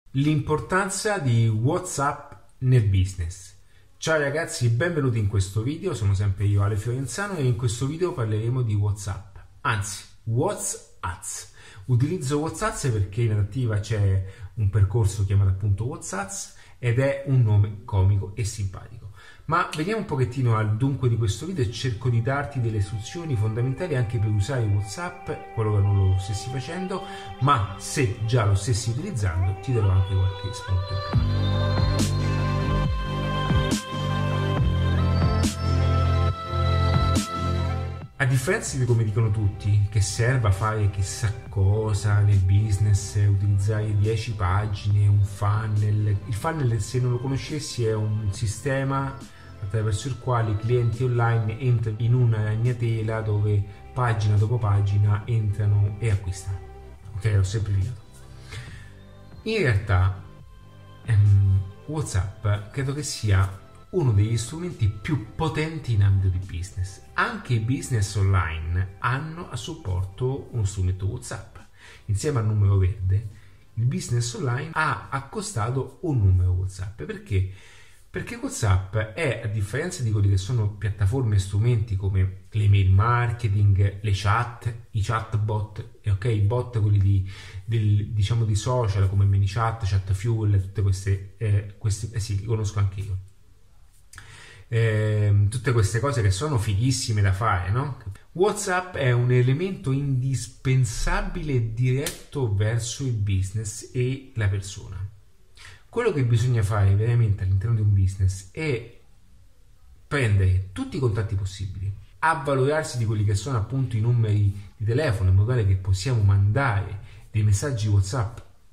L'importanza di WhatsApp nel business. Ciao ragazzi, benvenuti in questo video, sono sempre io Ale Fiorenzano e in questo video parleremo di WhatsApp, anzi WhatsApp. Utilizzo WhatsApp perché in attiva c'è un percorso chiamato appunto WhatsApp ed è un nome comico e simpatico. Ma veniamo un pochettino al dunque di questo video e cerco di darti delle istruzioni fondamentali anche per usare WhatsApp, quello che non lo stessi facendo, ma se già lo stessi utilizzando ti darò anche qualche spunto in più. A differenza di come dicono tutti, che serva fare chissà cosa nel business, utilizzare 10 pagine, un funnel. Il funnel, se non lo conoscessi, è un sistema attraverso il quale i clienti online entrano in una ragnatela dove pagina dopo pagina entrano e acquistano. Ok, l'ho semplificato. In realtà WhatsApp credo che sia uno degli strumenti più potenti in ambito di business. Anche i business online hanno a supporto uno strumento WhatsApp. Insieme al numero verde, il business online ha accostato un numero WhatsApp. Perché? Perché WhatsApp è, a differenza di quelli che sono piattaforme e strumenti come l'email marketing, le chat, i chatbot, i bot, quelli di social come ManyChat, Chatfuel, tutte queste sì, li conosco anche io. Tutte queste cose che sono fighissime da fare, no? WhatsApp è un elemento indispensabile e diretto verso il business e la persona. Quello che bisogna fare veramente all'interno di un business è prendere tutti i contatti possibili, avvalorarsi di quelli che sono appunto i numeri di telefono in modo tale che possiamo mandare dei messaggi WhatsApp,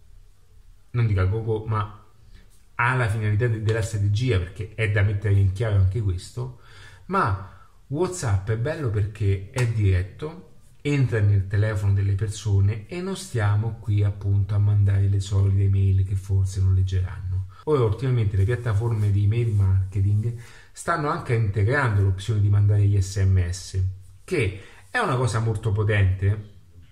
non dico a gogo, ma ha la finalità della strategia, perché è da mettere in chiaro anche questo. Ma WhatsApp è bello perché è diretto, entra nel telefono delle persone e non stiamo qui appunto a mandare le solite mail che forse non leggeranno. Ora ultimamente le piattaforme di email marketing stanno anche integrando l'opzione di mandare gli SMS, che è una cosa molto potente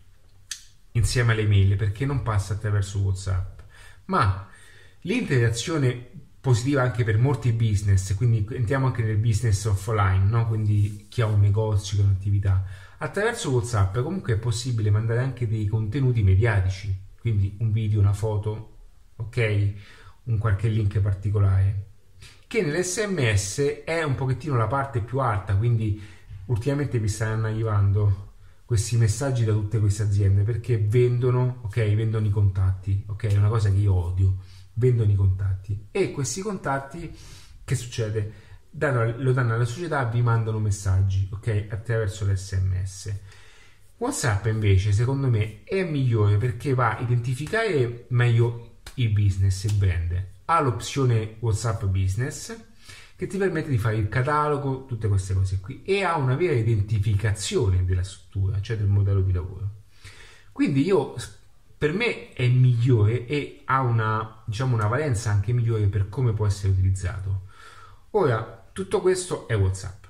insieme alle mail perché non passa attraverso WhatsApp, ma l'interazione positiva anche per molti business, quindi entriamo anche nel business offline, no? Quindi chi ha un negozio, che ha un'attività, attraverso WhatsApp comunque è possibile mandare anche dei contenuti mediatici, quindi un video, una foto, ok? Un qualche link particolare, che nell'SMS è un pochettino la parte più alta, quindi ultimamente vi stanno arrivando questi messaggi da tutte queste aziende perché vendono, ok? Vendono i contatti, ok? È una cosa che io odio. Vendono i contatti e questi contatti, che succede? Lo danno alla società, vi mandano messaggi, ok? Attraverso l'SMS. WhatsApp invece secondo me è migliore perché va a identificare meglio il business, il brand. Ha l'opzione WhatsApp Business che ti permette di fare il catalogo, tutte queste cose qui, e ha una vera identificazione della struttura, cioè del modello di lavoro. Quindi per me è migliore e ha una valenza anche migliore per come può essere utilizzato. Ora, tutto questo è WhatsApp.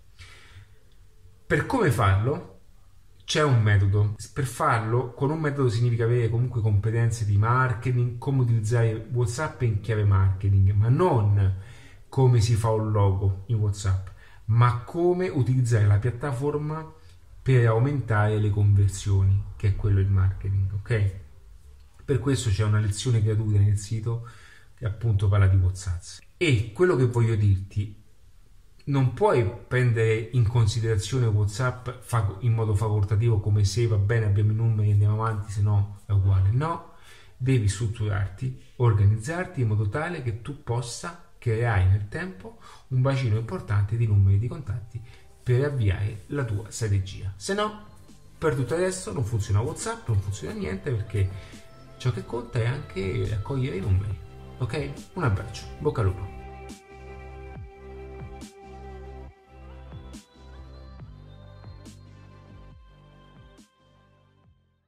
Per come farlo c'è un metodo. Per farlo con un metodo significa avere comunque competenze di marketing, come utilizzare WhatsApp in chiave marketing, ma non come si fa un logo in WhatsApp, ma come utilizzare la piattaforma per aumentare le conversioni, che è quello il marketing, ok? Per questo c'è una lezione gratuita nel sito che appunto parla di WhatsApp. E quello che voglio dirti, non puoi prendere in considerazione WhatsApp in modo facoltativo, come se va bene, abbiamo i numeri, andiamo avanti, se no è uguale. No, devi strutturarti, organizzarti in modo tale che tu possa creare nel tempo un bacino importante di numeri di contatti per avviare la tua strategia. Se no, per tutto il resto non funziona WhatsApp, non funziona niente, perché ciò che conta è anche raccogliere i numeri. Ok? Un abbraccio, bocca al lupo.